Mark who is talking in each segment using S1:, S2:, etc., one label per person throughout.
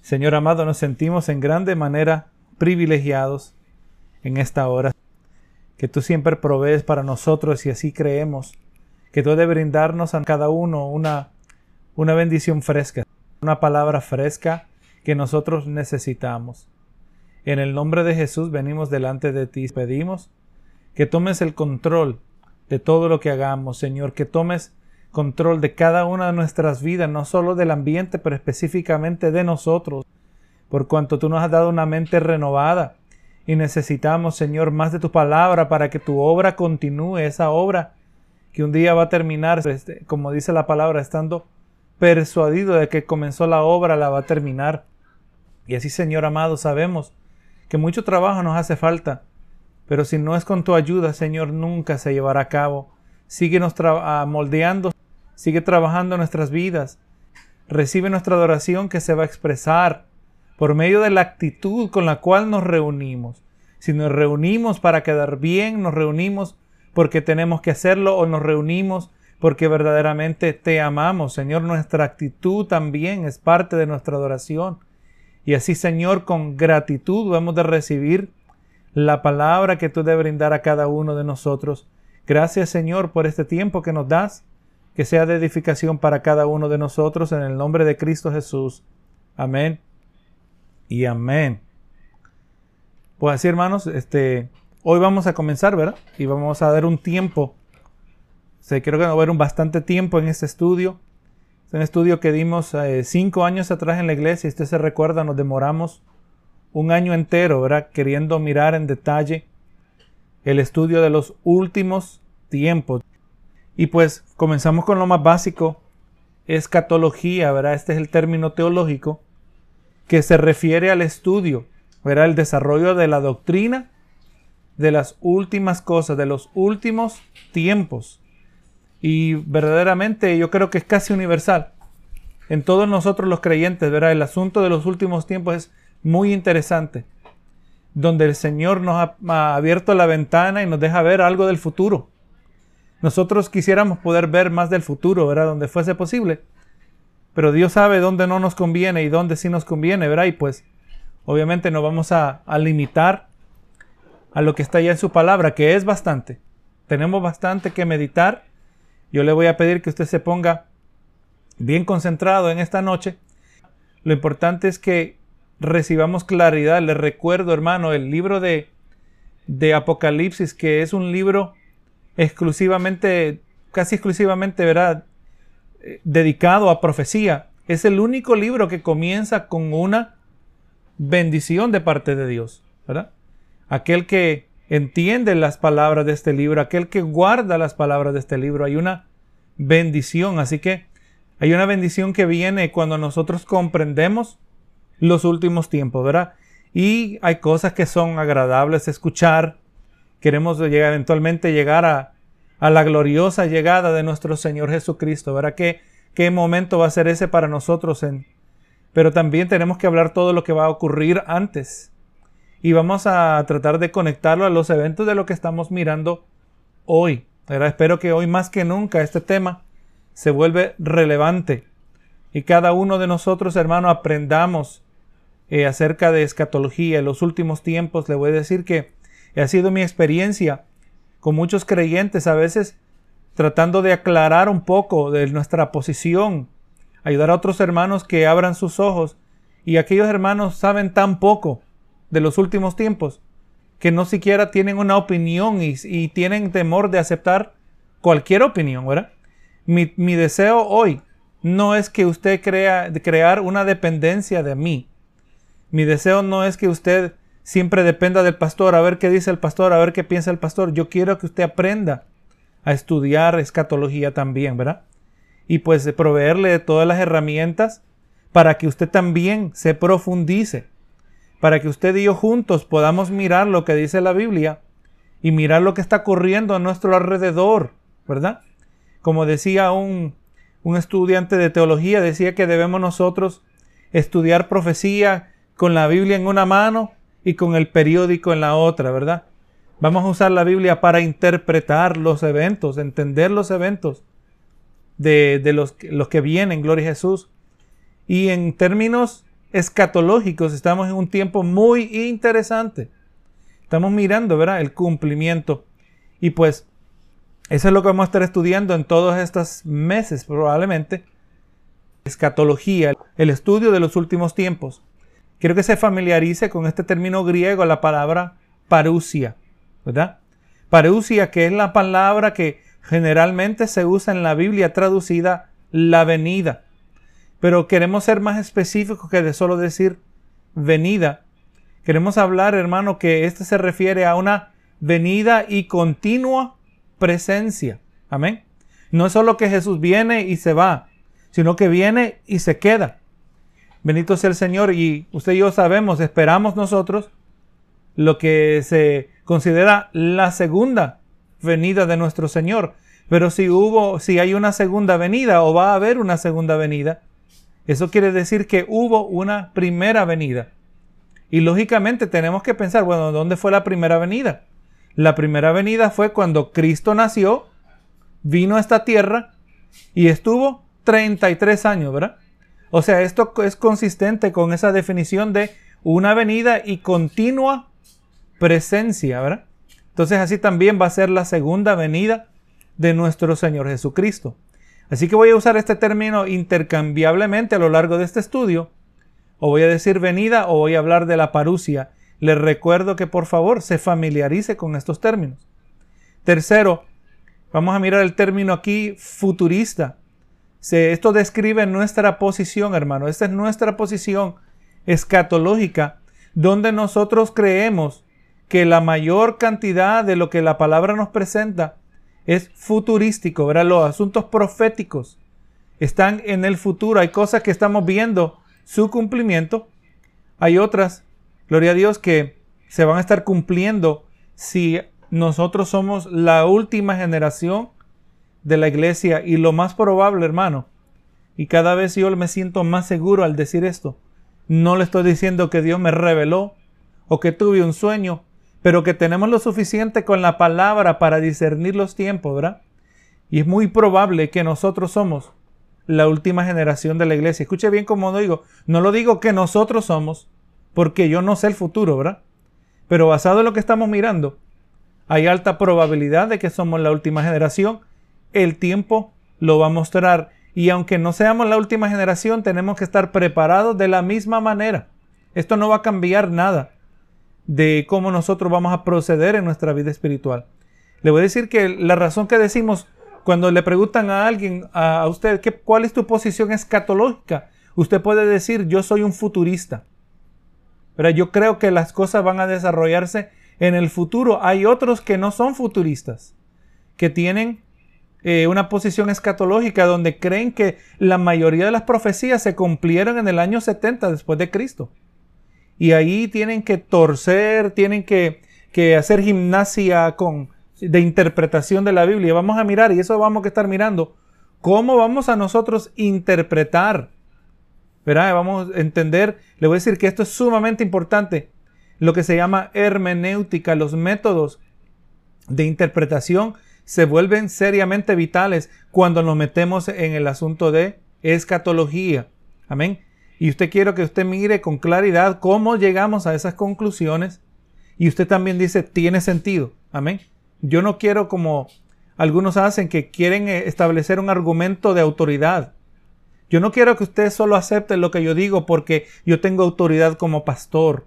S1: Señor amado, nos sentimos en grande manera privilegiados en esta hora, que tú siempre provees para nosotros y así creemos que tú debes brindarnos a cada uno una bendición fresca, una palabra fresca que nosotros necesitamos. En el nombre de Jesús venimos delante de ti y pedimos que tomes el control de todo lo que hagamos, Señor, que tomes control de cada una de nuestras vidas, no solo del ambiente, pero específicamente de nosotros, por cuanto tú nos has dado una mente renovada y necesitamos, Señor, más de tu palabra para que tu obra continúe, esa obra que un día va a terminar, como dice la palabra, estando persuadido de que comenzó la obra, la va a terminar. Y así, Señor amado, sabemos que mucho trabajo nos hace falta, pero si no es con tu ayuda, Señor, nunca se llevará a cabo. Síguenos moldeando, sigue trabajando en nuestras vidas. Recibe nuestra adoración que se va a expresar por medio de la actitud con la cual nos reunimos. Si nos reunimos para quedar bien, nos reunimos porque tenemos que hacerlo o nos reunimos porque verdaderamente te amamos. Señor, nuestra actitud también es parte de nuestra adoración. Y así, Señor, con gratitud vamos de recibir la palabra que tú debes brindar a cada uno de nosotros. Gracias, Señor, por este tiempo que nos das, que sea de edificación para cada uno de nosotros, en el nombre de Cristo Jesús. Amén y amén. Pues así, hermanos, hoy vamos a comenzar, ¿verdad? Y vamos a dar un tiempo. Creo que va a haber bastante tiempo en este estudio. Es un estudio que dimos 5 años atrás en la iglesia. Si usted se recuerda, nos demoramos un año entero, ¿verdad? Queriendo mirar en detalle el estudio de los últimos tiempos. Y pues comenzamos con lo más básico, escatología, ¿verdad? Este es el término teológico que se refiere al estudio, ¿verdad? El desarrollo de la doctrina de las últimas cosas, de los últimos tiempos. Y verdaderamente yo creo que es casi universal. En todos nosotros los creyentes, ¿verdad? El asunto de los últimos tiempos es muy interesante, donde el Señor nos ha abierto la ventana y nos deja ver algo del futuro. Nosotros quisiéramos poder ver más del futuro, ¿verdad? Donde fuese posible. Pero Dios sabe dónde no nos conviene y dónde sí nos conviene, ¿verdad? Y pues obviamente nos vamos a limitar a lo que está ya en su palabra, que es bastante. Tenemos bastante que meditar. Yo le voy a pedir que usted se ponga bien concentrado en esta noche. Lo importante es que recibamos claridad. Les recuerdo, hermano, el libro de Apocalipsis, que es un libro casi exclusivamente, ¿verdad?, dedicado a profecía. Es el único libro que comienza con una bendición de parte de Dios, ¿verdad? Aquel que entiende las palabras de este libro, aquel que guarda las palabras de este libro, hay una bendición. Así que hay una bendición que viene cuando nosotros comprendemos los últimos tiempos, ¿verdad? Y hay cosas que son agradables de escuchar. Queremos eventualmente llegar a la gloriosa llegada de nuestro Señor Jesucristo, ¿verdad? ¿Qué momento va a ser ese para nosotros? Pero también tenemos que hablar todo lo que va a ocurrir antes. Y vamos a tratar de conectarlo a los eventos de lo que estamos mirando hoy, ¿verdad? Espero que hoy más que nunca este tema se vuelve relevante. Y cada uno de nosotros, hermano, aprendamos acerca de escatología en los últimos tiempos. Le voy a decir que ha sido mi experiencia con muchos creyentes, a veces tratando de aclarar un poco de nuestra posición, ayudar a otros hermanos que abran sus ojos, y aquellos hermanos saben tan poco de los últimos tiempos que no siquiera tienen una opinión y tienen temor de aceptar cualquier opinión, ¿verdad? Mi deseo hoy no es que usted crear una dependencia de mí. Mi deseo no es que usted siempre dependa del pastor, a ver qué dice el pastor, a ver qué piensa el pastor. Yo quiero que usted aprenda a estudiar escatología también, ¿verdad? Y pues proveerle de todas las herramientas para que usted también se profundice, para que usted y yo juntos podamos mirar lo que dice la Biblia y mirar lo que está ocurriendo a nuestro alrededor, ¿verdad? Como decía un estudiante de teología, decía que debemos nosotros estudiar profecía con la Biblia en una mano y con el periódico en la otra, ¿verdad? Vamos a usar la Biblia para interpretar los eventos, entender los eventos de los que vienen, gloria a Jesús. Y en términos escatológicos, estamos en un tiempo muy interesante. Estamos mirando, ¿verdad?, el cumplimiento. Y pues, eso es lo que vamos a estar estudiando en todos estos meses, probablemente. Escatología, el estudio de los últimos tiempos. Quiero que se familiarice con este término griego, la palabra parousia, ¿verdad? Parousia, que es la palabra que generalmente se usa en la Biblia traducida la venida. Pero queremos ser más específicos que de solo decir venida. Queremos hablar, hermano, que este se refiere a una venida y continua presencia. Amén. No es solo que Jesús viene y se va, sino que viene y se queda. Bendito sea el Señor. Y usted y yo sabemos, esperamos nosotros lo que se considera la segunda venida de nuestro Señor. Pero si hay una segunda venida o va a haber una segunda venida, eso quiere decir que hubo una primera venida. Y lógicamente tenemos que pensar, bueno, ¿dónde fue la primera venida? La primera venida fue cuando Cristo nació, vino a esta tierra y estuvo 33 años, ¿verdad? O sea, esto es consistente con esa definición de una venida y continua presencia, ¿verdad? Entonces así también va a ser la segunda venida de nuestro Señor Jesucristo. Así que voy a usar este término intercambiablemente a lo largo de este estudio. O voy a decir venida o voy a hablar de la parousia. Les recuerdo que por favor se familiarice con estos términos. Tercero, vamos a mirar el término aquí futurista. Esto describe nuestra posición, hermano. Esta es nuestra posición escatológica, donde nosotros creemos que la mayor cantidad de lo que la palabra nos presenta es futurístico, ¿verdad? Los asuntos proféticos están en el futuro. Hay cosas que estamos viendo su cumplimiento. Hay otras, gloria a Dios, que se van a estar cumpliendo si nosotros somos la última generación de la iglesia. Y lo más probable, hermano, y cada vez yo me siento más seguro al decir esto, no le estoy diciendo que Dios me reveló o que tuve un sueño, pero que tenemos lo suficiente con la palabra para discernir los tiempos, ¿verdad? Y es muy probable que nosotros somos la última generación de la iglesia. Escuche bien como digo, no lo digo que nosotros somos, porque yo no sé el futuro, ¿verdad? Pero basado en lo que estamos mirando, hay alta probabilidad de que somos la última generación. El tiempo lo va a mostrar. Y aunque no seamos la última generación, tenemos que estar preparados de la misma manera. Esto no va a cambiar nada de cómo nosotros vamos a proceder en nuestra vida espiritual. Le voy a decir que la razón que decimos cuando le preguntan a alguien, a usted, ¿cuál es tu posición escatológica? Usted puede decir, yo soy un futurista. Pero yo creo que las cosas van a desarrollarse en el futuro. Hay otros que no son futuristas, que tienen una posición escatológica donde creen que la mayoría de las profecías se cumplieron en el año 70 después de Cristo. Y ahí tienen que torcer, tienen que hacer gimnasia de interpretación de la Biblia. Vamos a mirar, y eso vamos a estar mirando, cómo vamos a nosotros interpretar, ¿verdad? Vamos a entender, le voy a decir que esto es sumamente importante, lo que se llama hermenéutica. Los métodos de interpretación se vuelven seriamente vitales cuando nos metemos en el asunto de escatología. Amén. Y quiero que usted mire con claridad cómo llegamos a esas conclusiones. Y usted también dice, tiene sentido. Amén. Yo no quiero, como algunos hacen, que quieren establecer un argumento de autoridad. Yo no quiero que usted solo acepte lo que yo digo porque yo tengo autoridad como pastor.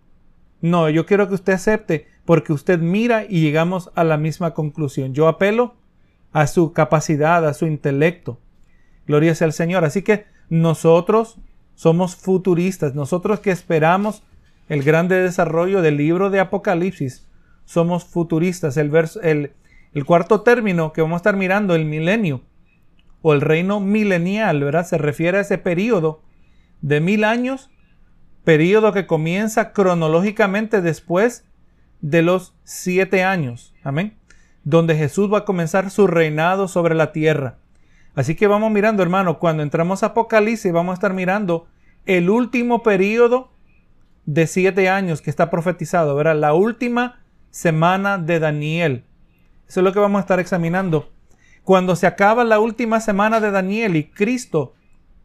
S1: No, yo quiero que usted acepte porque usted mira y llegamos a la misma conclusión. Yo apelo a su capacidad, a su intelecto. Gloria sea al Señor. Así que nosotros somos futuristas. Nosotros que esperamos el grande desarrollo del libro de Apocalipsis, somos futuristas. El cuarto término que vamos a estar mirando, el milenio o el reino milenial, ¿verdad? Se refiere a ese periodo de 1000 años, periodo que comienza cronológicamente después de los 7 años. Amén. Donde Jesús va a comenzar su reinado sobre la tierra. Así que vamos mirando, hermano, cuando entramos a Apocalipsis vamos a estar mirando el último periodo de 7 años que está profetizado, ¿verdad? La última semana de Daniel. Eso es lo que vamos a estar examinando. Cuando se acaba la última semana de Daniel y Cristo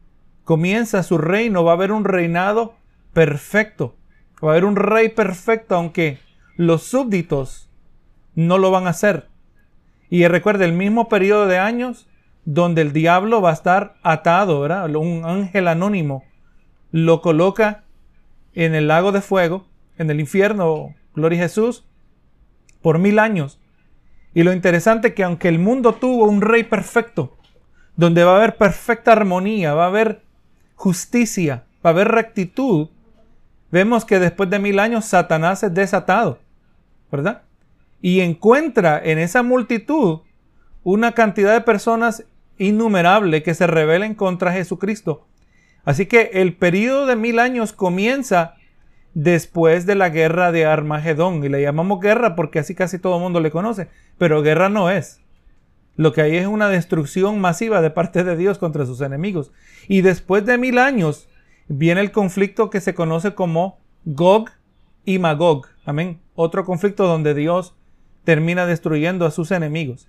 S1: comienza su reino, va a haber un reinado perfecto. Va a haber un rey perfecto, aunque los súbditos no lo van a hacer. Y recuerde, el mismo periodo de años donde el diablo va a estar atado, ¿verdad? Un ángel anónimo lo coloca en el lago de fuego, en el infierno, gloria a Jesús, por 1000 años. Y lo interesante es que aunque el mundo tuvo un rey perfecto, donde va a haber perfecta armonía, va a haber justicia, va a haber rectitud, vemos que después de 1000 años Satanás es desatado, ¿verdad? Y encuentra en esa multitud una cantidad de personas innumerable que se rebelen contra Jesucristo. Así que el periodo de 1000 años comienza después de la guerra de Armagedón. Y le llamamos guerra porque así casi todo el mundo le conoce. Pero guerra no es. Lo que hay es una destrucción masiva de parte de Dios contra sus enemigos. Y después de 1000 años viene el conflicto que se conoce como Gog y Magog. Amén. Otro conflicto donde Dios termina destruyendo a sus enemigos.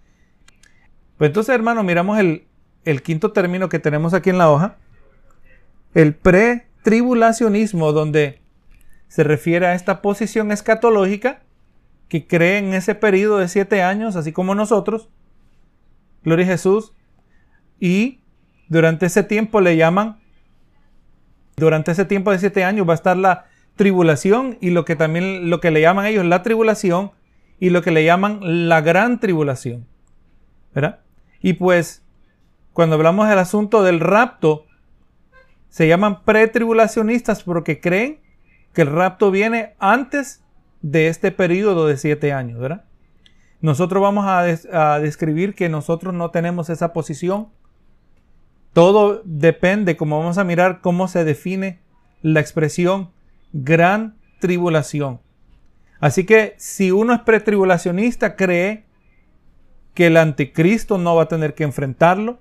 S1: Pues entonces, hermano, miramos el quinto término que tenemos aquí en la hoja. El pretribulacionismo, donde se refiere a esta posición escatológica que cree en ese periodo de 7 años, así como nosotros. Gloria a Jesús. Y durante ese tiempo durante ese tiempo de 7 años va a estar la tribulación y lo que le llaman ellos la tribulación y lo que le llaman la gran tribulación, ¿verdad? Y pues, cuando hablamos del asunto del rapto, se llaman pretribulacionistas porque creen que el rapto viene antes de este periodo de 7 años, ¿verdad? Nosotros vamos a describir que nosotros no tenemos esa posición. Todo depende, como vamos a mirar, cómo se define la expresión gran tribulación. Así que si uno es pretribulacionista, cree que el anticristo no va a tener que enfrentarlo.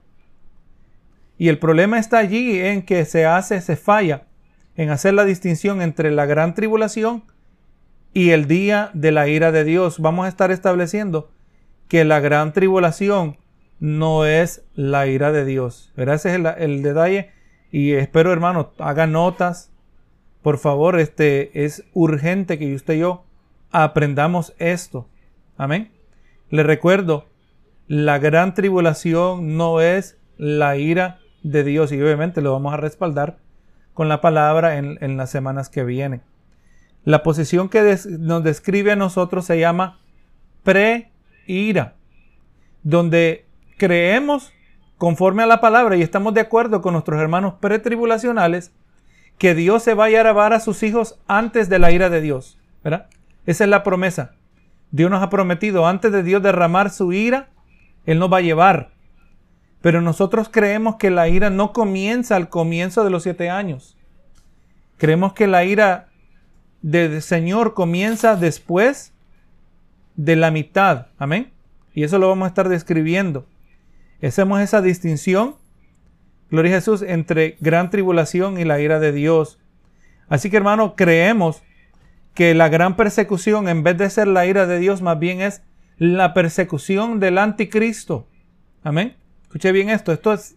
S1: Y el problema está allí en que se falla en hacer la distinción entre la gran tribulación y el día de la ira de Dios. Vamos a estar estableciendo que la gran tribulación no es la ira de Dios. ¿Verdad? Ese es el detalle. Y espero, hermano, haga notas. Por favor, es urgente que usted y yo aprendamos esto. Amén. Le recuerdo, la gran tribulación no es la ira de Dios. Y obviamente lo vamos a respaldar con la palabra en las semanas que vienen. La posición que nos describe a nosotros se llama pre-ira, donde creemos conforme a la palabra y estamos de acuerdo con nuestros hermanos pretribulacionales que Dios se va a llevar a sus hijos antes de la ira de Dios, ¿verdad? Esa es la promesa. Dios nos ha prometido, antes de Dios derramar su ira, Él nos va a llevar. Pero nosotros creemos que la ira no comienza al comienzo de los 7 años. Creemos que la ira del Señor comienza después de la mitad. Amén. Y eso lo vamos a estar describiendo. Hacemos esa distinción, gloria a Jesús, entre gran tribulación y la ira de Dios. Así que, hermano, creemos que la gran persecución, en vez de ser la ira de Dios, más bien es la persecución del anticristo. Amén. Escuche bien esto. Esto es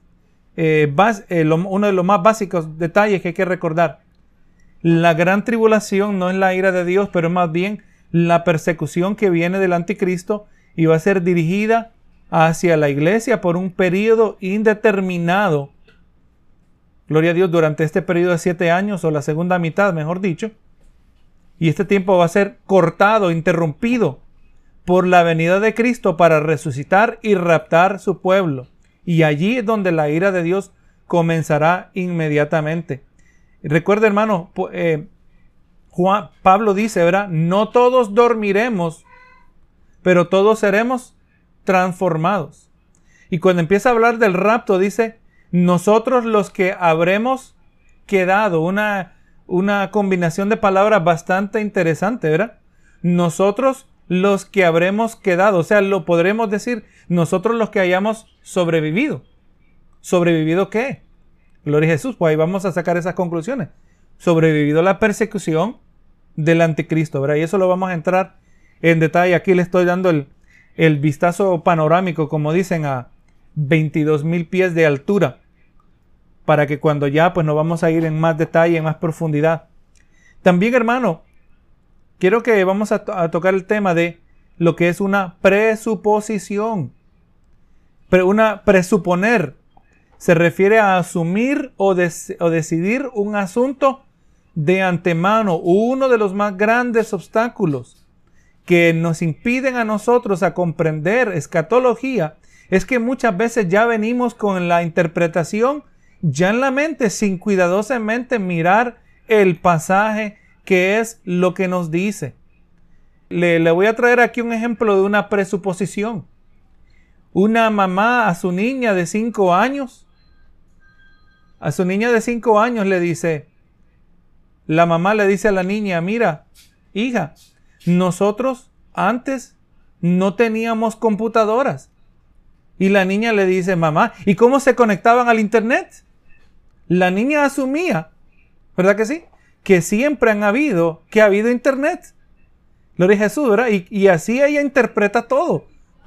S1: uno de los más básicos detalles que hay que recordar. La gran tribulación no es la ira de Dios, pero más bien la persecución que viene del anticristo y va a ser dirigida hacia la iglesia por un periodo indeterminado. Gloria a Dios, durante este periodo de 7 años, o la segunda mitad, mejor dicho. Y este tiempo va a ser cortado, interrumpido por la venida de Cristo para resucitar y raptar su pueblo. Y allí es donde la ira de Dios comenzará inmediatamente. Recuerda, hermano, Pablo dice, ¿verdad? No todos dormiremos, pero todos seremos transformados. Y cuando empieza a hablar del rapto, dice, nosotros los que habremos quedado, una combinación de palabras bastante interesante, ¿verdad? Nosotros los que habremos quedado, o sea, lo podremos decir, nosotros los que hayamos sobrevivido. ¿Sobrevivido qué? Gloria a Jesús, pues ahí vamos a sacar esas conclusiones. Sobrevivido a la persecución del anticristo, ¿verdad? Y eso lo vamos a entrar en detalle. Aquí le estoy dando el vistazo panorámico, como dicen, a 22,000 pies de altura. para que cuando ya pues nos vamos a ir en más detalle, en más profundidad. También, hermano, quiero que vamos a tocar el tema de lo que es una presuposición. Presuponer se refiere a asumir o decidir un asunto de antemano. Uno de los más grandes obstáculos que nos impiden a nosotros a comprender escatología es que muchas veces ya venimos con la interpretación ya en la mente, sin cuidadosamente mirar el pasaje que es lo que nos dice. Le voy a traer aquí un ejemplo de una presuposición. Una mamá a su niña de 5 años, le dice, la mamá le dice a la niña, mira, hija, nosotros antes no teníamos computadoras. Y la niña le dice, mamá, ¿y cómo se conectaban al internet? La niña asumía, ¿verdad que sí? Que siempre ha habido internet. Gloria a Jesús, ¿verdad? Y así ella interpreta todo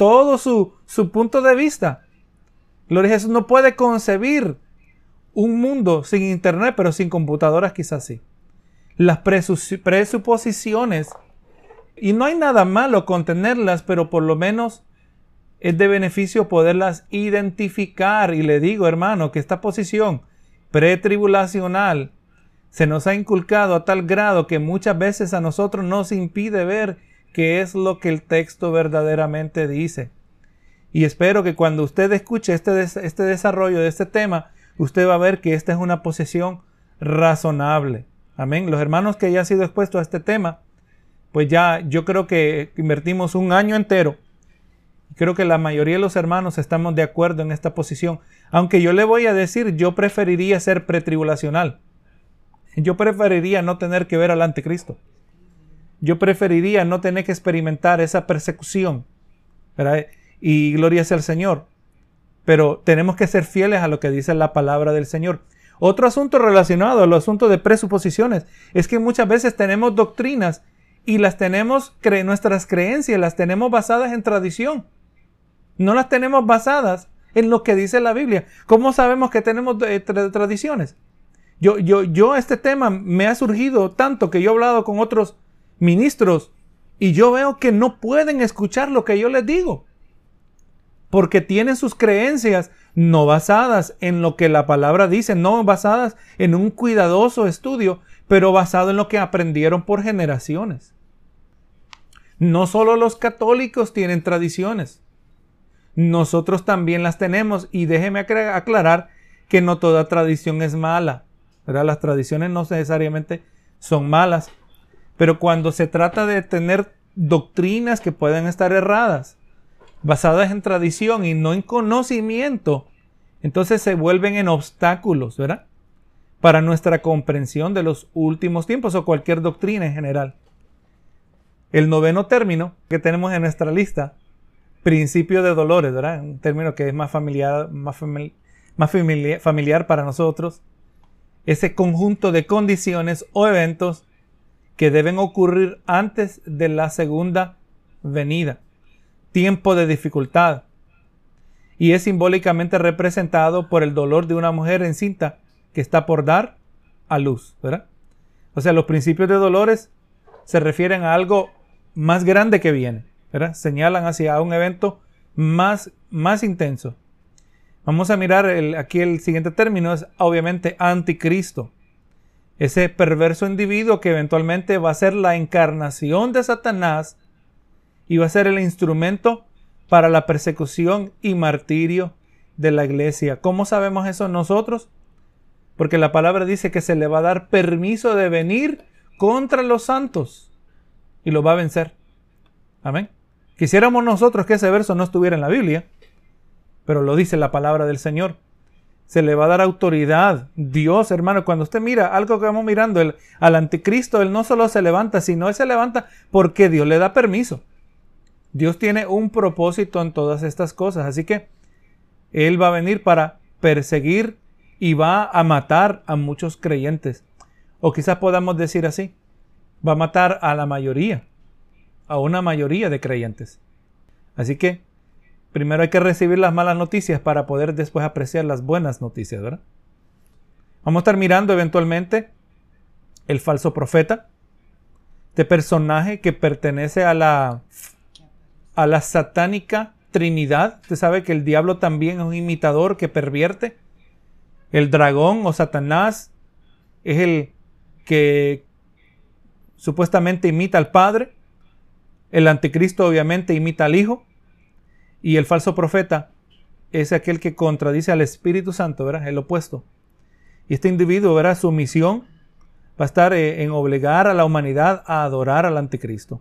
S1: su punto de vista. Gloria a Jesús, no puede concebir un mundo sin internet, pero sin computadoras quizás sí. Las presuposiciones, y no hay nada malo con tenerlas, pero por lo menos es de beneficio poderlas identificar. Y le digo, hermano, que esta posición pretribulacional se nos ha inculcado a tal grado que muchas veces a nosotros nos impide ver qué es lo que el texto verdaderamente dice. Y espero que cuando usted escuche este desarrollo de este tema, usted va a ver que esta es una posición razonable. Amén. Los hermanos que ya han sido expuestos a este tema, pues ya yo creo que invertimos un año entero. Creo que la mayoría de los hermanos estamos de acuerdo en esta posición. Aunque yo le voy a decir, yo preferiría ser pretribulacional. Yo preferiría no tener que ver al anticristo. Yo preferiría no tener que experimentar esa persecución, ¿verdad? Y gloria sea al Señor. Pero tenemos que ser fieles a lo que dice la palabra del Señor. Otro asunto relacionado al asunto de presuposiciones es que muchas veces tenemos doctrinas y las tenemos, nuestras creencias las tenemos basadas en tradición. No las tenemos basadas en lo que dice la Biblia. ¿Cómo sabemos que tenemos tradiciones? Este tema me ha surgido tanto que yo he hablado con otros ministros y yo veo que no pueden escuchar lo que yo les digo. Porque tienen sus creencias no basadas en lo que la palabra dice, no basadas en un cuidadoso estudio, pero basado en lo que aprendieron por generaciones. No solo los católicos tienen tradiciones, nosotros también las tenemos, y déjeme aclarar que no toda tradición es mala, ¿verdad? Las tradiciones no necesariamente son malas, pero cuando se trata de tener doctrinas que pueden estar erradas, basadas en tradición y no en conocimiento, entonces se vuelven en obstáculos, ¿verdad? Para nuestra comprensión de los últimos tiempos o cualquier doctrina en general. El noveno término que tenemos en nuestra lista, principio de dolores, ¿verdad? Un término que es más familiar para nosotros. Ese conjunto de condiciones o eventos que deben ocurrir antes de la segunda venida. Tiempo de dificultad. Y es simbólicamente representado por el dolor de una mujer encinta que está por dar a luz, ¿verdad? O sea, los principios de dolores se refieren a algo más grande que viene, ¿verdad? Señalan hacia un evento más intenso. Vamos a mirar aquí el siguiente término, es obviamente anticristo. Ese perverso individuo que eventualmente va a ser la encarnación de Satanás y va a ser el instrumento para la persecución y martirio de la iglesia. ¿Cómo sabemos eso nosotros? Porque la palabra dice que se le va a dar permiso de venir contra los santos y los va a vencer. Amén. Quisiéramos nosotros que ese verso no estuviera en la Biblia, pero lo dice la palabra del Señor. Se le va a dar autoridad. Dios, hermano, cuando usted mira algo que vamos mirando, al anticristo, él no solo se levanta, sino él se levanta porque Dios le da permiso. Dios tiene un propósito en todas estas cosas, así que él va a venir para perseguir y va a matar a muchos creyentes. O quizás podamos decir así, va a matar a la mayoría, a una mayoría de creyentes. Así que primero hay que recibir las malas noticias para poder después apreciar las buenas noticias, ¿verdad? Vamos a estar mirando eventualmente el falso profeta, este personaje que pertenece a la satánica Trinidad. Usted sabe que el diablo también es un imitador que pervierte. El dragón o Satanás es el que supuestamente imita al Padre. El anticristo obviamente imita al Hijo. Y el falso profeta es aquel que contradice al Espíritu Santo, ¿verdad? El opuesto. Y este individuo, ¿verdad? Su misión va a estar en obligar a la humanidad a adorar al anticristo.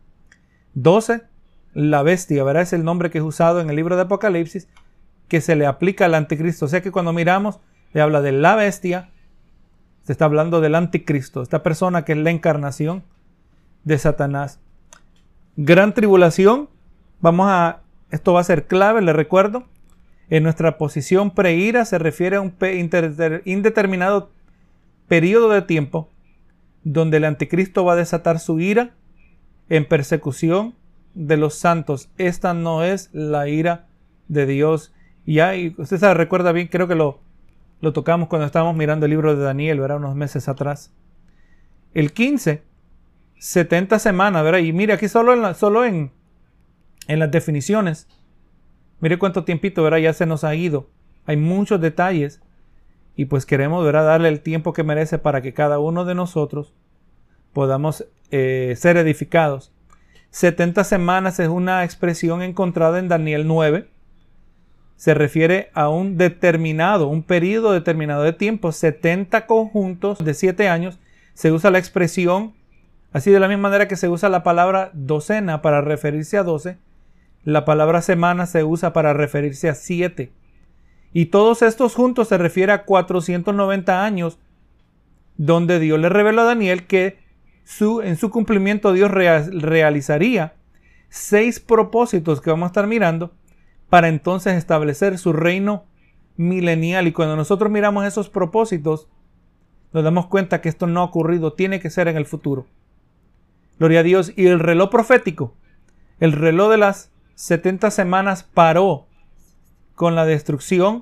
S1: 12. La bestia, ¿verdad? Es el nombre que es usado en el libro de Apocalipsis, que se le aplica al anticristo. O sea que cuando miramos, le habla de la bestia, se está hablando del anticristo, esta persona que es la encarnación de Satanás. Gran tribulación, esto va a ser clave, le recuerdo. En nuestra posición preira se refiere a un indeterminado periodo de tiempo donde el anticristo va a desatar su ira en persecución de los santos. Esta no es la ira de Dios. Y usted sabe, recuerda bien, creo que lo tocamos cuando estábamos mirando el libro de Daniel, ¿verdad? Unos meses atrás. El 15, 70 semanas, ¿verdad? Y mire, aquí solo en las definiciones, mire cuánto tiempito, ¿verdad? Ya se nos ha ido. Hay muchos detalles y pues queremos, ¿verdad? Darle el tiempo que merece para que cada uno de nosotros podamos ser edificados. 70 semanas es una expresión encontrada en Daniel 9. Se refiere a un periodo determinado de tiempo, 70 conjuntos de 7 años. Se usa la expresión, así de la misma manera que se usa la palabra docena para referirse a 12, la palabra semana se usa para referirse a 7. Y todos estos juntos se refiere a 490 años, donde Dios le reveló a Daniel que en su cumplimiento Dios realizaría 6 propósitos que vamos a estar mirando para entonces establecer su reino milenial. Y cuando nosotros miramos esos propósitos, nos damos cuenta que esto no ha ocurrido, tiene que ser en el futuro. Gloria a Dios. Y el reloj profético, el reloj de las 70 semanas paró con la destrucción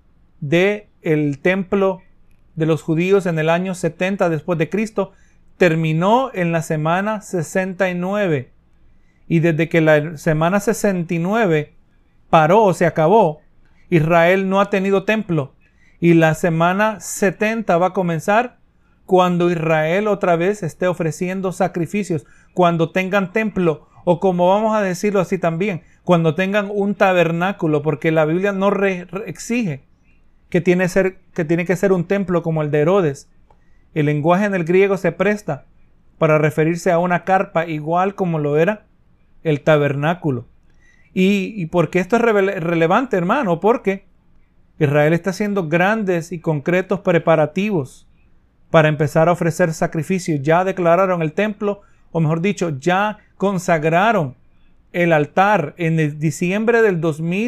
S1: del templo de los judíos en el año 70 después de Cristo. Terminó en la semana 69. Y desde que la semana 69 paró o se acabó, Israel no ha tenido templo. Y la semana 70 va a comenzar cuando Israel otra vez esté ofreciendo sacrificios, cuando tengan templo, o como vamos a decirlo así también, cuando tengan un tabernáculo, porque la Biblia no exige que tiene que ser un templo como el de Herodes. El lenguaje en el griego se presta para referirse a una carpa igual como lo era el tabernáculo. ¿Y por qué esto es relevante, hermano? Porque Israel está haciendo grandes y concretos preparativos para empezar a ofrecer sacrificios. Ya declararon el templo, o mejor dicho, ya consagraron el altar en el diciembre del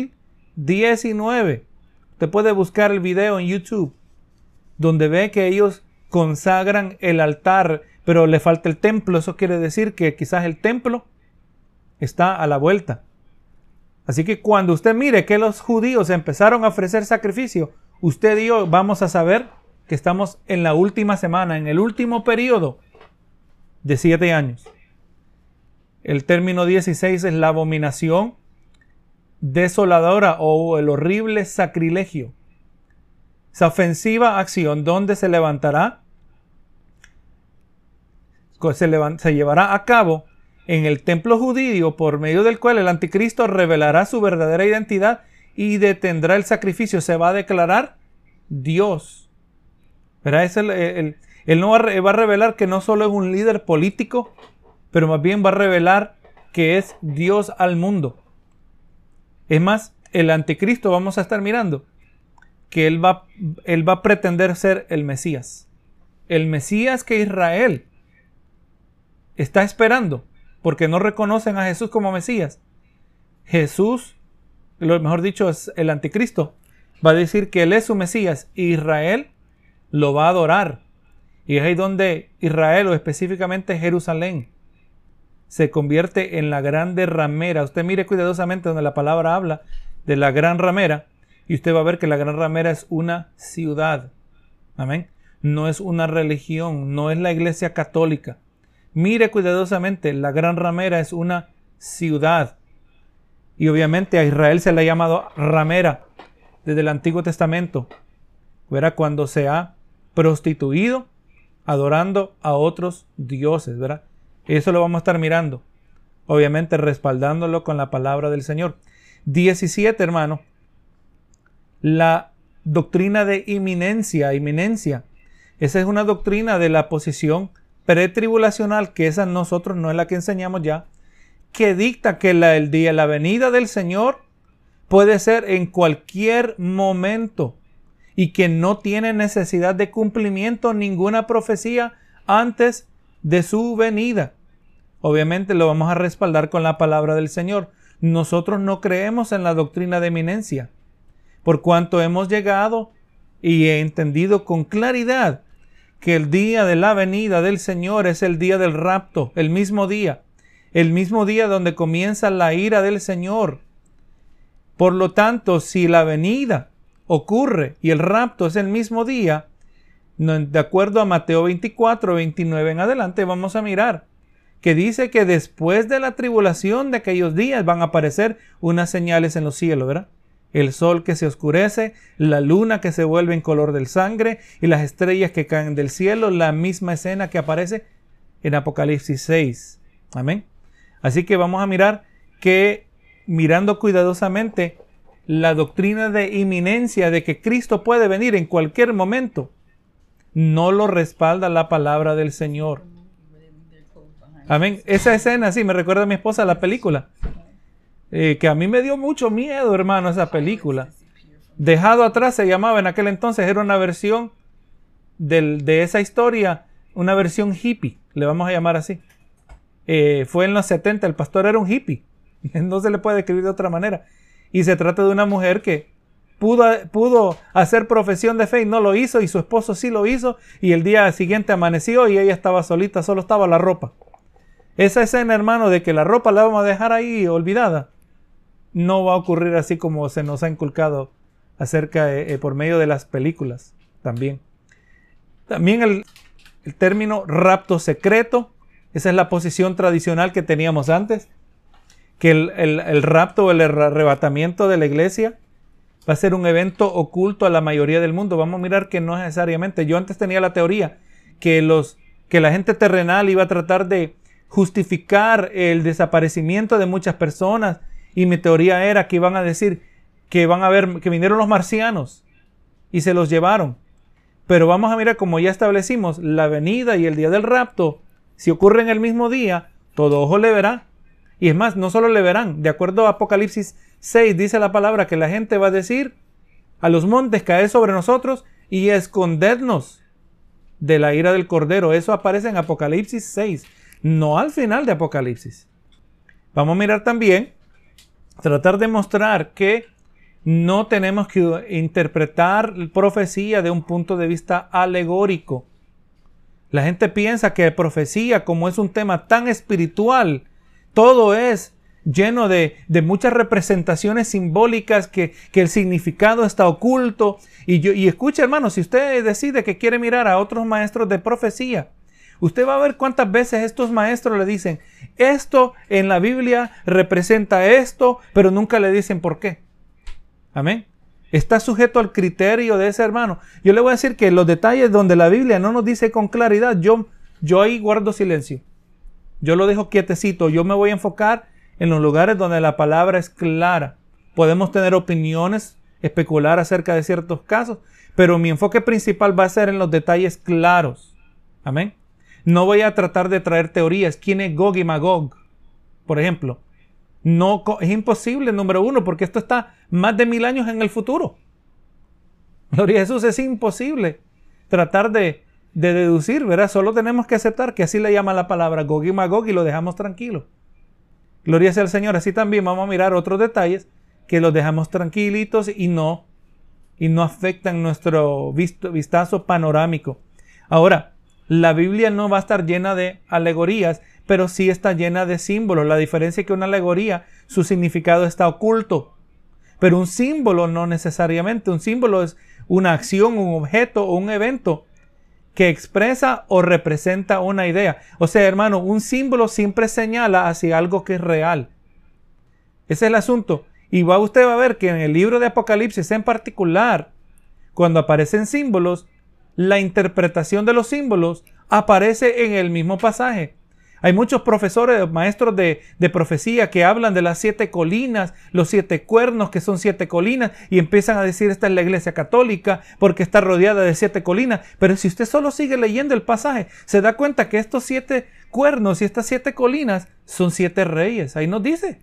S1: 2019. Usted puede buscar el video en YouTube, donde ve que ellos consagran el altar, pero le falta el templo. Eso quiere decir que quizás el templo está a la vuelta. Así que cuando usted mire que los judíos empezaron a ofrecer sacrificio, usted y yo vamos a saber que estamos en la última semana, en el último periodo de 7 años. El término 16 es la abominación desoladora o el horrible sacrilegio. Esa ofensiva acción donde se levantará, se llevará a cabo en el templo judío, por medio del cual el anticristo revelará su verdadera identidad y detendrá el sacrificio. Se va a declarar Dios. ¿Verdad? Él no va a revelar que no solo es un líder político, pero más bien va a revelar que es Dios al mundo. Es más, el anticristo, vamos a estar mirando que él va a pretender ser el Mesías. El Mesías que Israel está esperando, porque no reconocen a Jesús como Mesías. Jesús, lo mejor dicho, es el anticristo, va a decir que él es su Mesías. Israel lo va a adorar. Y es ahí donde Israel, o específicamente Jerusalén, se convierte en la grande ramera. Usted mire cuidadosamente donde la palabra habla de la gran ramera, y usted va a ver que la gran ramera es una ciudad. Amén. No es una religión, no es la iglesia católica. Mire cuidadosamente, la Gran Ramera es una ciudad. Y obviamente a Israel se le ha llamado ramera desde el Antiguo Testamento. ¿Verdad? Cuando se ha prostituido adorando a otros dioses, ¿verdad? Eso lo vamos a estar mirando. Obviamente respaldándolo con la palabra del Señor. 17, hermano. La doctrina de inminencia. Esa es una doctrina de la posición pretribulacional, que esa nosotros no es la que enseñamos ya, que dicta que la venida del Señor puede ser en cualquier momento y que no tiene necesidad de cumplimiento ninguna profecía antes de su venida. Obviamente lo vamos a respaldar con la palabra del Señor. Nosotros no creemos en la doctrina de eminencia, por cuanto hemos llegado y he entendido con claridad que el día de la venida del Señor es el día del rapto, el mismo día donde comienza la ira del Señor. Por lo tanto, si la venida ocurre y el rapto es el mismo día, de acuerdo a Mateo 24, 29 en adelante, vamos a mirar que dice que después de la tribulación de aquellos días van a aparecer unas señales en los cielos, ¿verdad? El sol que se oscurece, la luna que se vuelve en color de sangre y las estrellas que caen del cielo, la misma escena que aparece en Apocalipsis 6. Amén. Así que vamos a mirar que, mirando cuidadosamente, la doctrina de inminencia de que Cristo puede venir en cualquier momento, no lo respalda la palabra del Señor. Amén. Esa escena, sí, me recuerda a mi esposa la película. Que a mí me dio mucho miedo, hermano, esa película. Dejado atrás se llamaba en aquel entonces, era una versión de esa historia, una versión hippie, le vamos a llamar así. Fue en los 70, el pastor era un hippie, no se le puede describir de otra manera. Y se trata de una mujer que pudo hacer profesión de fe y no lo hizo, y su esposo sí lo hizo, y el día siguiente amaneció y ella estaba solita, solo estaba la ropa. Esa escena, hermano, de que la ropa la vamos a dejar ahí olvidada, no va a ocurrir así como se nos ha inculcado acerca por medio de las películas también. También el término rapto secreto, esa es la posición tradicional que teníamos antes, que el rapto o el arrebatamiento de la iglesia va a ser un evento oculto a la mayoría del mundo. Vamos a mirar que no necesariamente. Yo antes tenía la teoría que la gente terrenal iba a tratar de justificar el desaparecimiento de muchas personas, y mi teoría era que iban a decir que que vinieron los marcianos y se los llevaron. Pero vamos a mirar, como ya establecimos, la venida y el día del rapto, si ocurre en el mismo día, todo ojo le verá. Y es más, no solo le verán, de acuerdo a Apocalipsis 6, dice la palabra que la gente va a decir a los montes: caed sobre nosotros y escondednos de la ira del Cordero. Eso aparece en Apocalipsis 6, no al final de Apocalipsis. Vamos a mirar también, tratar de mostrar que no tenemos que interpretar profecía de un punto de vista alegórico. La gente piensa que profecía, como es un tema tan espiritual, todo es lleno de muchas representaciones simbólicas, que el significado está oculto. Y escuche, hermano, si usted decide que quiere mirar a otros maestros de profecía, usted va a ver cuántas veces estos maestros le dicen: esto en la Biblia representa esto, pero nunca le dicen por qué. Amén. Está sujeto al criterio de ese hermano. Yo le voy a decir que los detalles donde la Biblia no nos dice con claridad, yo ahí guardo silencio. Yo lo dejo quietecito. Yo me voy a enfocar en los lugares donde la palabra es clara. Podemos tener opiniones, especular acerca de ciertos casos, pero mi enfoque principal va a ser en los detalles claros. Amén. No voy a tratar de traer teorías. ¿Quién es Gog y Magog? Por ejemplo. No, es imposible, número uno, porque esto está más de 1000 años en el futuro. Gloria a Jesús, es imposible tratar de deducir, ¿verdad? Solo tenemos que aceptar que así le llama la palabra Gog y Magog y lo dejamos tranquilo. Gloria sea al Señor. Así también vamos a mirar otros detalles que los dejamos tranquilitos y no afectan nuestro vistazo panorámico. Ahora, la Biblia no va a estar llena de alegorías, pero sí está llena de símbolos. La diferencia es que una alegoría, su significado está oculto, pero un símbolo no necesariamente. Un símbolo es una acción, un objeto o un evento que expresa o representa una idea. O sea, hermano, un símbolo siempre señala hacia algo que es real. Ese es el asunto. Y usted va a ver que en el libro de Apocalipsis en particular, cuando aparecen símbolos, la interpretación de los símbolos aparece en el mismo pasaje. Hay muchos profesores, maestros de profecía que hablan de las 7 colinas, los 7 cuernos que son 7 colinas y empiezan a decir esta es la iglesia católica porque está rodeada de 7 colinas. Pero si usted solo sigue leyendo el pasaje, se da cuenta que estos 7 cuernos y estas 7 colinas son 7 reyes. Ahí nos dice.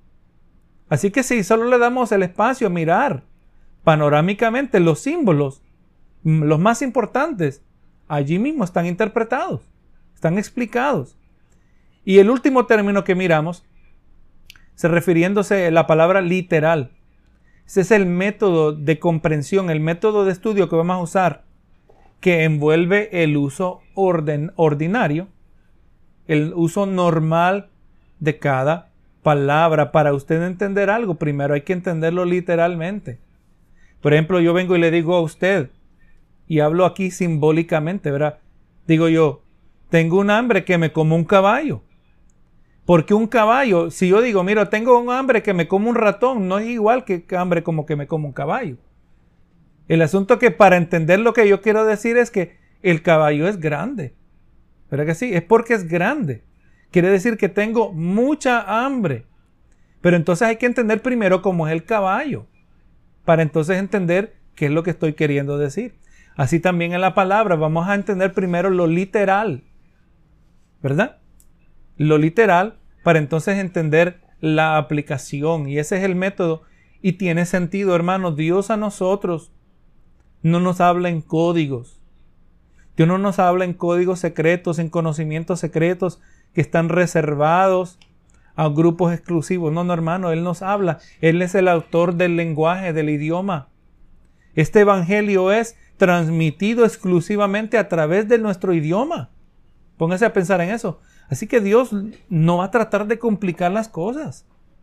S1: Así que si solo le damos el espacio a mirar panorámicamente los símbolos, los más importantes, allí mismo están interpretados, están explicados. Y el último término que miramos, refiriéndose a la palabra literal. Ese es el método de comprensión, el método de estudio que vamos a usar, que envuelve el uso ordinario, el uso normal de cada palabra. Para usted entender algo, primero hay que entenderlo literalmente. Por ejemplo, yo vengo y le digo a usted, y hablo aquí simbólicamente, ¿verdad? Digo yo, tengo un hambre que me como un caballo. Porque un caballo, si yo digo, mira, tengo un hambre que me como un ratón, no es igual que hambre como que me como un caballo. El asunto que para entender lo que yo quiero decir es que el caballo es grande. ¿Verdad que sí? Es porque es grande. Quiere decir que tengo mucha hambre. Pero entonces hay que entender primero cómo es el caballo, para entonces entender qué es lo que estoy queriendo decir. Así también en la palabra vamos a entender primero lo literal, ¿verdad? Lo literal para entonces entender la aplicación. Y ese es el método. Y tiene sentido, hermanos. Dios a nosotros no nos habla en códigos. Dios no nos habla en códigos secretos, en conocimientos secretos que están reservados a grupos exclusivos. No, hermano. Él nos habla. Él es el autor del lenguaje, del idioma. Este evangelio es transmitido exclusivamente a través de nuestro idioma. Póngase a pensar en eso. Así que Dios no va a tratar de complicar las cosas.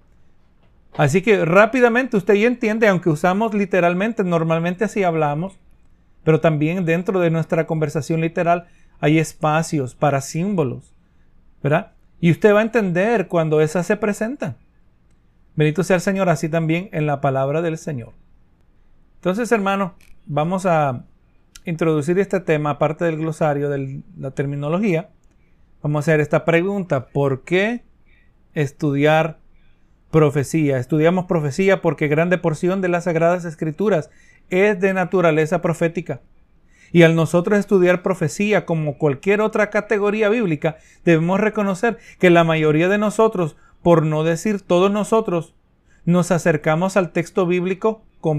S1: Así que rápidamente usted ya entiende, aunque usamos literalmente, normalmente así hablamos, pero también dentro de nuestra conversación literal hay espacios para símbolos, ¿verdad? Y usted va a entender cuando esas se presentan. Bendito sea el Señor, así también en la palabra del Señor. Entonces, hermano, vamos a introducir este tema, aparte del glosario, de la terminología. Vamos a hacer esta pregunta: ¿por qué estudiar profecía? Estudiamos profecía porque grande porción de las Sagradas Escrituras es de naturaleza profética. Y al nosotros estudiar profecía como cualquier otra categoría bíblica, debemos reconocer que la mayoría de nosotros, por no decir todos nosotros, nos acercamos al texto bíblico con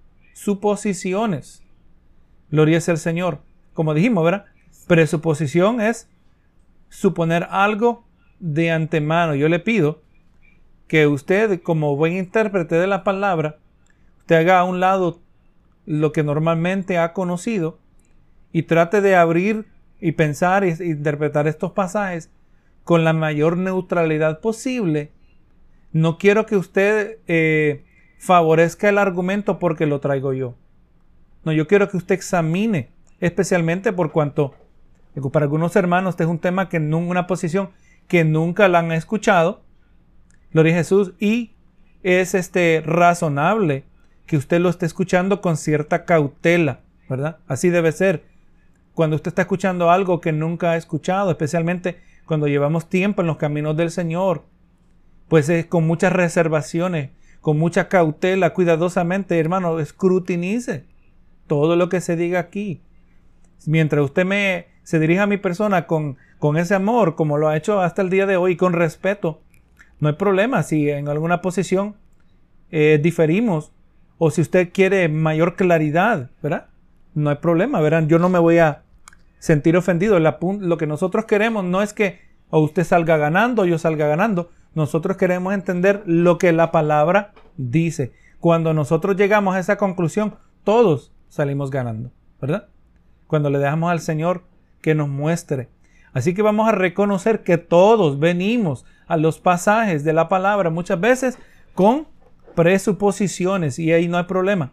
S1: presuposiciones. Gloria sea al Señor. Como dijimos, ¿verdad? Presuposición es suponer algo de antemano. Yo le pido que usted, como buen intérprete de la palabra, usted haga a un lado lo que normalmente ha conocido y trate de abrir y pensar e interpretar estos pasajes con la mayor neutralidad posible. No quiero que usted favorezca el argumento porque lo traigo yo. No, yo quiero que usted examine, especialmente por cuanto para algunos hermanos este es un tema una posición que nunca la han escuchado. Gloria a Jesús. Y es razonable que usted lo esté escuchando con cierta cautela, ¿verdad? Así debe ser. Cuando usted está escuchando algo que nunca ha escuchado, especialmente cuando llevamos tiempo en los caminos del Señor, pues es con muchas reservaciones, con mucha cautela, cuidadosamente, hermano, escrutinice todo lo que se diga aquí. Mientras usted se dirija a mi persona con ese amor, como lo ha hecho hasta el día de hoy, con respeto, no hay problema. Si en alguna posición diferimos, o si usted quiere mayor claridad, ¿verdad? No hay problema, verán, yo no me voy a sentir ofendido. Lo que nosotros queremos no es que o usted salga ganando o yo salga ganando. Nosotros queremos entender lo que la palabra dice. Cuando nosotros llegamos a esa conclusión, todos salimos ganando, ¿verdad? Cuando le dejamos al Señor que nos muestre. Así que vamos a reconocer que todos venimos a los pasajes de la palabra muchas veces con presuposiciones y ahí no hay problema.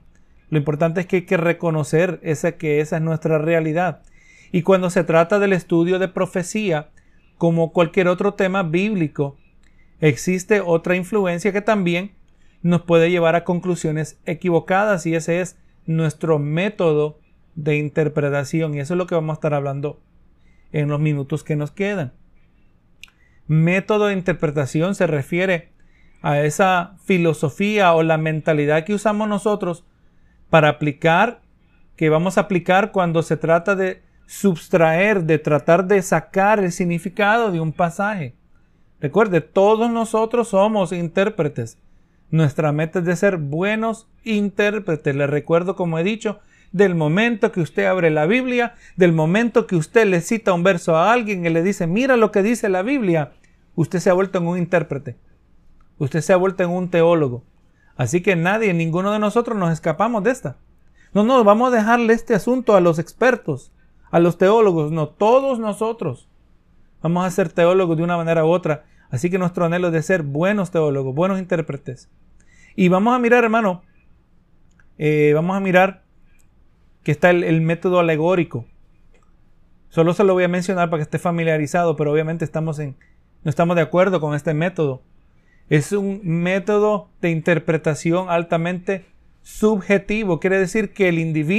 S1: Lo importante es que hay que reconocer que esa es nuestra realidad. Y cuando se trata del estudio de profecía, como cualquier otro tema bíblico, existe otra influencia que también nos puede llevar a conclusiones equivocadas, y ese es nuestro método de interpretación. Y eso es lo que vamos a estar hablando en los minutos que nos quedan. Método de interpretación se refiere a esa filosofía o la mentalidad que usamos nosotros para aplicar, que vamos a aplicar cuando se trata de subtraer, de tratar de sacar el significado de un pasaje. Recuerde, todos nosotros somos intérpretes. Nuestra meta es de ser buenos intérpretes. Les recuerdo, como he dicho, del momento que usted abre la Biblia, del momento que usted le cita un verso a alguien y le dice, mira lo que dice la Biblia, usted se ha vuelto en un intérprete. Usted se ha vuelto en un teólogo. Así que nadie, ninguno de nosotros nos escapamos de esta. No, vamos a dejarle este asunto a los expertos, a los teólogos. No, todos nosotros vamos a ser teólogos de una manera u otra. Así que nuestro anhelo es de ser buenos teólogos, buenos intérpretes. Y vamos a mirar, hermano, vamos a mirar que está el método alegórico. Solo se lo voy a mencionar para que esté familiarizado, pero obviamente no estamos de acuerdo con este método. Es un método de interpretación altamente subjetivo. Quiere decir que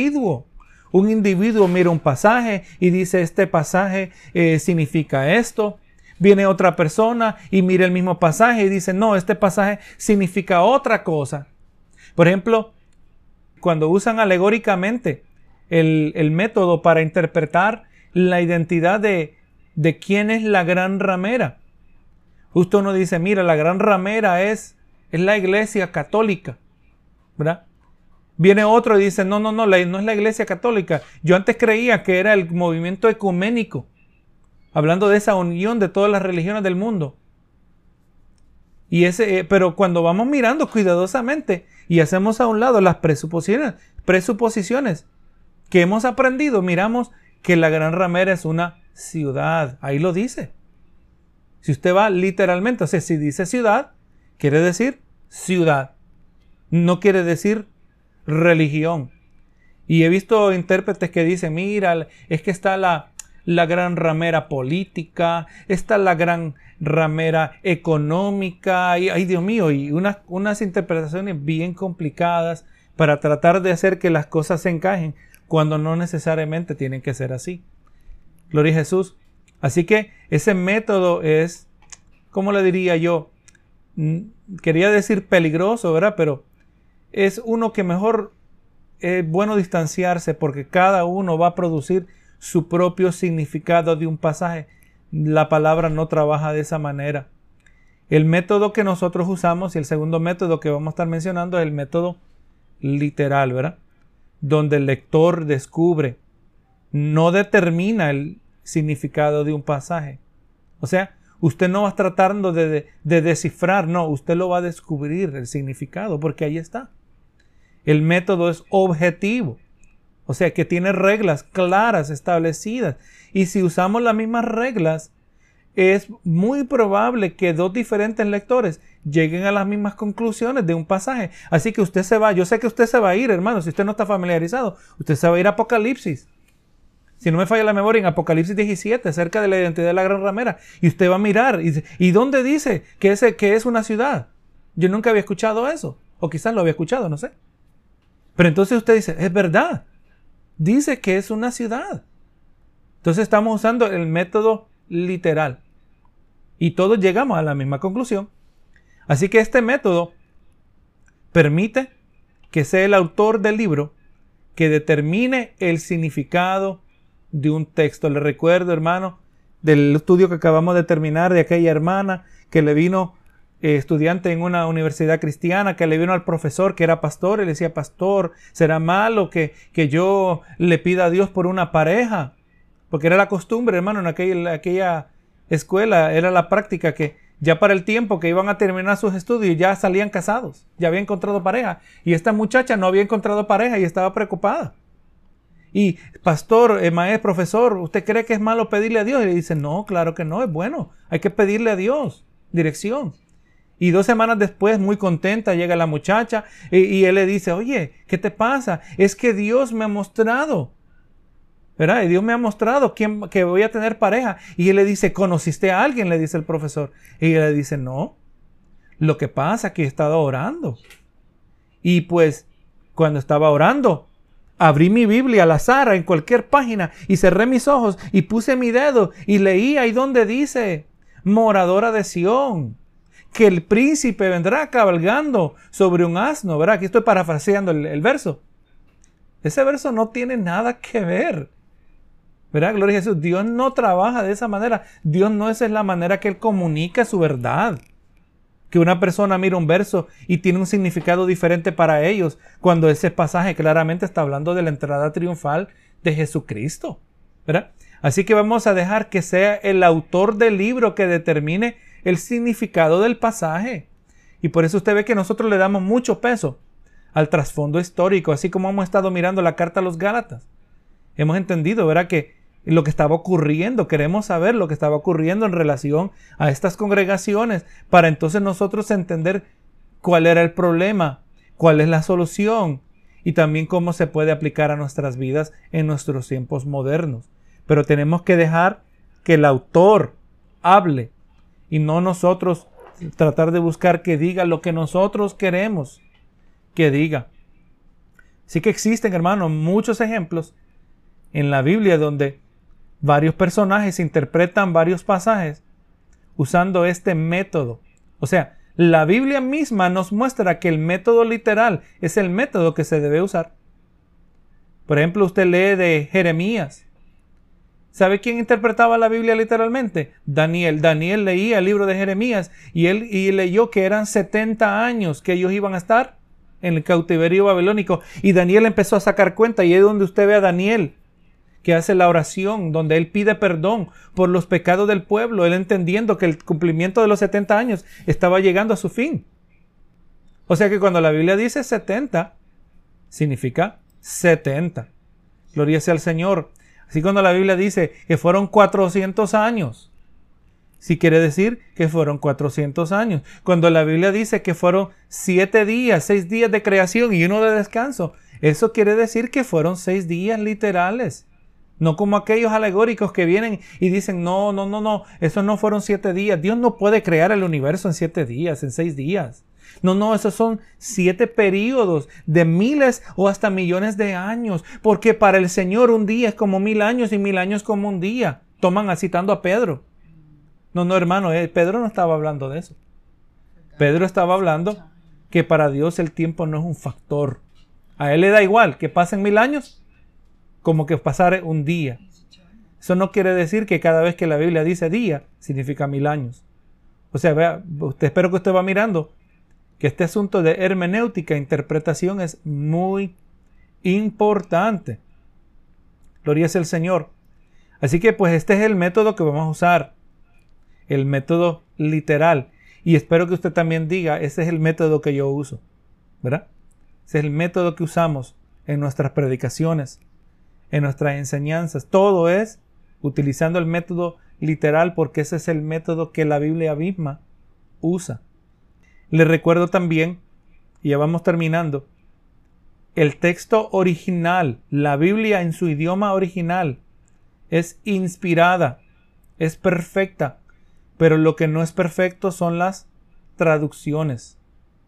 S1: un individuo mira un pasaje y dice, este pasaje significa esto. Viene otra persona y mira el mismo pasaje y dice, no, este pasaje significa otra cosa. Por ejemplo, cuando usan alegóricamente el método para interpretar la identidad de quién es la gran ramera. Justo uno dice, mira, la gran ramera es la iglesia católica, ¿verdad? Viene otro y dice, no es la iglesia católica. Yo antes creía que era el movimiento ecuménico, hablando de esa unión de todas las religiones del mundo. Pero cuando vamos mirando cuidadosamente y hacemos a un lado las presuposiciones que hemos aprendido, miramos que la gran ramera es una ciudad. Ahí lo dice. Si usted va literalmente, o sea, si dice ciudad, quiere decir ciudad. No quiere decir religión. Y he visto intérpretes que dicen, mira, es que está la gran ramera política, está la gran ramera económica, y ay Dios mío, y unas interpretaciones bien complicadas para tratar de hacer que las cosas se encajen cuando no necesariamente tienen que ser así. Gloria a Jesús. Así que ese método es, ¿cómo le diría yo? Quería decir peligroso, ¿verdad? Pero es uno que mejor es bueno distanciarse, porque cada uno va a producir su propio significado de un pasaje. La palabra no trabaja de esa manera. El método que nosotros usamos, y el segundo método que vamos a estar mencionando, es el método literal, ¿verdad? Donde el lector descubre, no determina el significado de un pasaje. O sea, usted no va tratando de descifrar, no, usted lo va a descubrir el significado, porque ahí está. El método es objetivo, o sea, que tiene reglas claras establecidas. Y si usamos las mismas reglas, es muy probable que dos diferentes lectores lleguen a las mismas conclusiones de un pasaje. Así que usted se va, yo sé que usted se va a ir, hermano, si usted no está familiarizado, usted se va a ir a Apocalipsis. Si no me falla la memoria, en Apocalipsis 17, acerca de la identidad de la gran ramera. Y usted va a mirar, ¿y dónde dice que es una ciudad? Yo nunca había escuchado eso, o quizás lo había escuchado, no sé. Pero entonces usted dice, es verdad, dice que es una ciudad. Entonces estamos usando el método literal. Y todos llegamos a la misma conclusión. Así que este método permite que sea el autor del libro que determine el significado de un texto. Le recuerdo, hermano, del estudio que acabamos de terminar de aquella hermana que le vino estudiante en una universidad cristiana, que le vino al profesor que era pastor y le decía, pastor, ¿será malo que yo le pida a Dios por una pareja? Porque era la costumbre, hermano, en aquella escuela, era la práctica que ya para el tiempo que iban a terminar sus estudios ya salían casados, ya había encontrado pareja. Y esta muchacha no había encontrado pareja y estaba preocupada. Y pastor, maestro, profesor, ¿usted cree que es malo pedirle a Dios? Y le dice, no, claro que no, es bueno, hay que pedirle a Dios dirección. Y 2 semanas después, muy contenta, llega la muchacha y él le dice, oye, ¿qué te pasa? Es que Dios me ha mostrado, ¿verdad? Y Dios me ha mostrado que voy a tener pareja. Y él le dice, ¿conociste a alguien? Le dice el profesor. Y ella le dice, no, lo que pasa es que he estado orando. Y pues, cuando estaba orando, abrí mi Biblia al azar en cualquier página y cerré mis ojos y puse mi dedo y leí ahí donde dice, moradora de Sión, que el príncipe vendrá cabalgando sobre un asno, ¿verdad? Aquí estoy parafraseando el verso. Ese verso no tiene nada que ver, ¿verdad? Gloria a Jesús. Dios no trabaja de esa manera. Dios no, esa es la manera que Él comunica su verdad. Que una persona mira un verso y tiene un significado diferente para ellos, cuando ese pasaje claramente está hablando de la entrada triunfal de Jesucristo, ¿verdad? Así que vamos a dejar que sea el autor del libro que determine el significado del pasaje. Y por eso usted ve que nosotros le damos mucho peso al trasfondo histórico, así como hemos estado mirando la carta a los Gálatas. Hemos entendido, ¿verdad?, que lo que estaba ocurriendo, queremos saber lo que estaba ocurriendo en relación a estas congregaciones, para entonces nosotros entender cuál era el problema, cuál es la solución y también cómo se puede aplicar a nuestras vidas en nuestros tiempos modernos. Pero tenemos que dejar que el autor hable y no nosotros tratar de buscar que diga lo que nosotros queremos que diga. Sí que existen, hermanos, muchos ejemplos en la Biblia donde varios personajes interpretan varios pasajes usando este método. O sea, la Biblia misma nos muestra que el método literal es el método que se debe usar. Por ejemplo, usted lee de Jeremías. ¿Sabe quién interpretaba la Biblia literalmente? Daniel. Daniel leía el libro de Jeremías y leyó que eran 70 años que ellos iban a estar en el cautiverio babilónico. Y Daniel empezó a sacar cuenta, y es donde usted ve a Daniel que hace la oración, donde él pide perdón por los pecados del pueblo, él entendiendo que el cumplimiento de los 70 años estaba llegando a su fin. O sea que cuando la Biblia dice 70, significa 70. Gloria sea al Señor. Así cuando la Biblia dice que fueron 400 años, sí quiere decir que fueron 400 años. Cuando la Biblia dice que fueron 7 días, 6 días de creación y 1 de descanso, eso quiere decir que fueron 6 días literales. No como aquellos alegóricos que vienen y dicen, no, esos no fueron 7 días. Dios no puede crear el universo en 7 días, en 6 días. No, esos son 7 períodos de miles o hasta millones de años. Porque para el Señor un día es como 1000 años y 1000 años como un día. Toman citando a Pedro. No, hermano, Pedro no estaba hablando de eso. Pedro estaba hablando que para Dios el tiempo no es un factor. A Él le da igual que pasen 1000 años como que pasar un día. Eso no quiere decir que cada vez que la Biblia dice día, significa 1000 años. O sea, vea, espero que usted va mirando que este asunto de hermenéutica, interpretación, es muy importante. Gloria sea al Señor. Así que pues este es el método que vamos a usar. El método literal. Y espero que usted también diga, ese es el método que yo uso, ¿verdad? Ese es el método que usamos en nuestras predicaciones, en nuestras enseñanzas. Todo es utilizando el método literal, porque ese es el método que la Biblia misma usa. Les recuerdo también, y ya vamos terminando, el texto original, la Biblia en su idioma original, es inspirada, es perfecta, pero lo que no es perfecto son las traducciones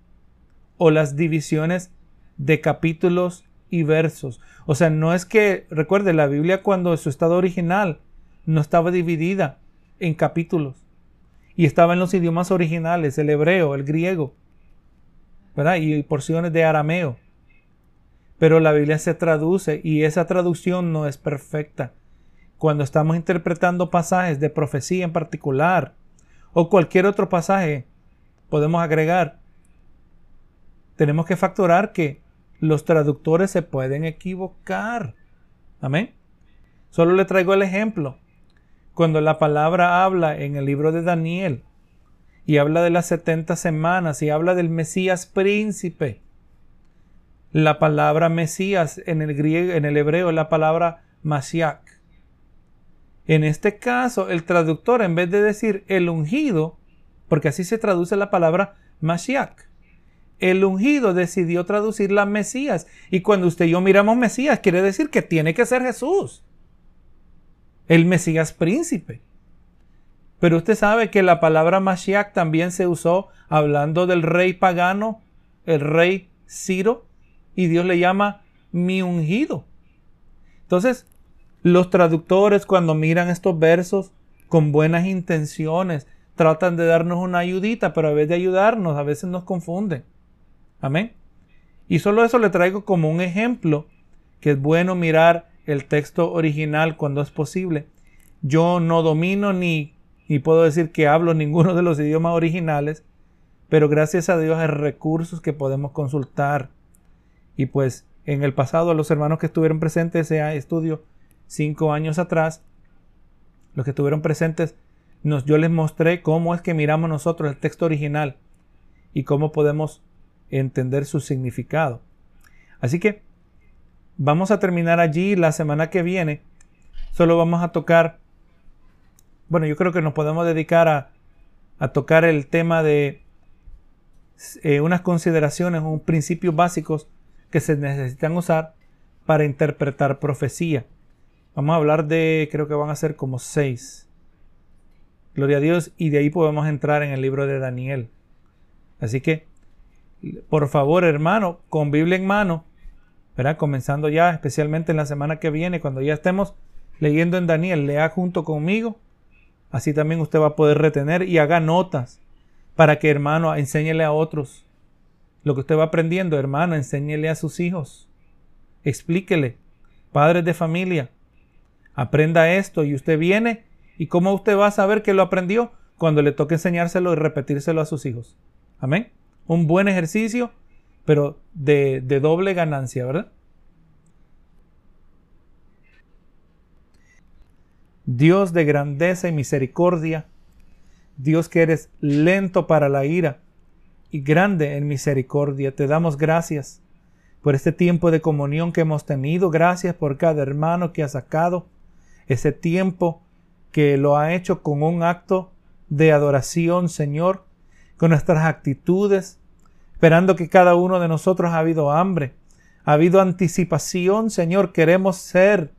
S1: o las divisiones de capítulos y versos. O sea, no es que, recuerde, la Biblia cuando en su estado original no estaba dividida en capítulos y estaba en los idiomas originales, el hebreo, el griego, ¿verdad? Y porciones de arameo. Pero la Biblia se traduce y esa traducción no es perfecta. Cuando estamos interpretando pasajes de profecía en particular o cualquier otro pasaje, podemos agregar, tenemos que factorar que los traductores se pueden equivocar. Amén. Solo le traigo el ejemplo. Cuando la palabra habla en el libro de Daniel y habla de las 70 semanas y habla del Mesías príncipe, la palabra Mesías en el griego, en el hebreo, es la palabra Mashiach. En este caso, el traductor, en vez de decir el ungido, porque así se traduce la palabra Mashiach. El ungido decidió traducirla Mesías. Y cuando usted y yo miramos Mesías, quiere decir que tiene que ser Jesús, el Mesías príncipe. Pero usted sabe que la palabra Mashiach también se usó hablando del rey pagano, el rey Ciro, y Dios le llama mi ungido. Entonces, los traductores, cuando miran estos versos con buenas intenciones, tratan de darnos una ayudita, pero a vez de ayudarnos, a veces nos confunden. Amén. Y solo eso le traigo como un ejemplo, que es bueno mirar el texto original cuando es posible. Yo no domino ni puedo decir que hablo ninguno de los idiomas originales, pero gracias a Dios hay recursos que podemos consultar. Y pues en el pasado, a los hermanos que estuvieron presentes ese estudio 5 años atrás, los que estuvieron presentes, yo les mostré cómo es que miramos nosotros el texto original y cómo podemos entender su significado. Así que vamos a terminar allí. La semana que viene solo vamos a tocar, bueno, yo creo que nos podemos dedicar a tocar el tema de unas consideraciones, unos principios básicos que se necesitan usar para interpretar profecía. Vamos a hablar de, creo que van a ser como 6. Gloria a Dios. Y de ahí podemos entrar en el libro de Daniel. Así que, por favor, hermano, con Biblia en mano, ¿verdad? Comenzando ya, especialmente en la semana que viene, cuando ya estemos leyendo en Daniel, lea junto conmigo. Así también usted va a poder retener y haga notas para que, hermano, enséñele a otros lo que usted va aprendiendo. Hermano, enséñele a sus hijos. Explíquele. Padres de familia, aprenda esto. Y usted viene, ¿y cómo usted va a saber que lo aprendió? Cuando le toque enseñárselo y repetírselo a sus hijos. Amén. Un buen ejercicio, pero de doble ganancia, ¿verdad? Dios de grandeza y misericordia, Dios que eres lento para la ira y grande en misericordia, te damos gracias por este tiempo de comunión que hemos tenido. Gracias por cada hermano que ha sacado ese tiempo, que lo ha hecho con un acto de adoración, Señor, con nuestras actitudes, esperando que cada uno de nosotros ha habido hambre, ha habido anticipación, Señor. Queremos ser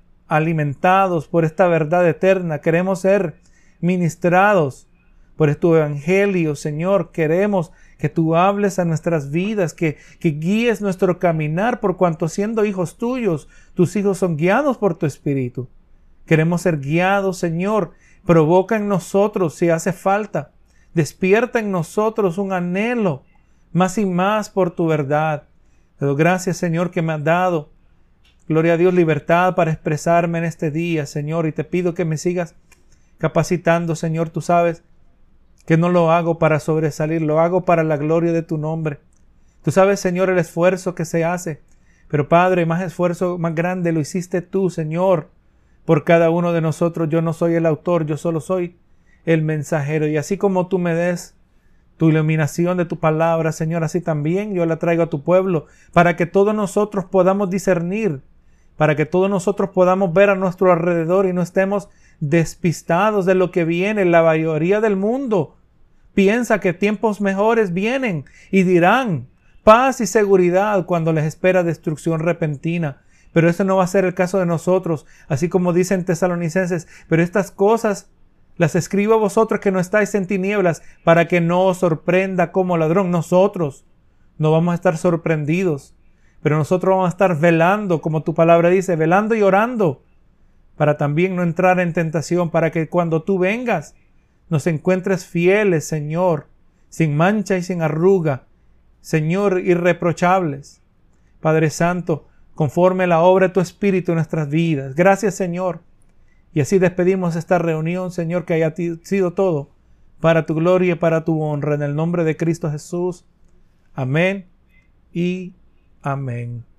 S1: alimentados por esta verdad eterna, queremos ser ministrados por tu evangelio, Señor. Queremos que tú hables a nuestras vidas, que guíes nuestro caminar, por cuanto siendo hijos tuyos, tus hijos son guiados por tu Espíritu. Queremos ser guiados, Señor. Provoca en nosotros, si hace falta, despierta en nosotros un anhelo más y más por tu verdad. Te doy gracias, Señor, que me has dado, gloria a Dios, libertad para expresarme en este día, Señor, y te pido que me sigas capacitando, Señor. Tú sabes que no lo hago para sobresalir, lo hago para la gloria de tu nombre. Tú sabes, Señor, el esfuerzo que se hace, pero Padre, más esfuerzo, más grande lo hiciste tú, Señor, por cada uno de nosotros. Yo no soy el autor, yo solo soy el mensajero, y así como tú me des tu iluminación de tu palabra, Señor, así también yo la traigo a tu pueblo, para que todos nosotros podamos discernir, para que todos nosotros podamos ver a nuestro alrededor y no estemos despistados de lo que viene. La mayoría del mundo piensa que tiempos mejores vienen y dirán paz y seguridad cuando les espera destrucción repentina. Pero ese no va a ser el caso de nosotros, así como dicen Tesalonicenses, pero estas cosas las escribo a vosotros que no estáis en tinieblas, para que no os sorprenda como ladrón. Nosotros no vamos a estar sorprendidos, pero nosotros vamos a estar velando, como tu palabra dice, velando y orando, para también no entrar en tentación, para que cuando tú vengas nos encuentres fieles, Señor, sin mancha y sin arruga, Señor, irreprochables. Padre Santo, conforme a la obra de tu Espíritu en nuestras vidas. Gracias, Señor. Y así despedimos esta reunión, Señor, que haya sido todo para tu gloria y para tu honra. En el nombre de Cristo Jesús. Amén y amén.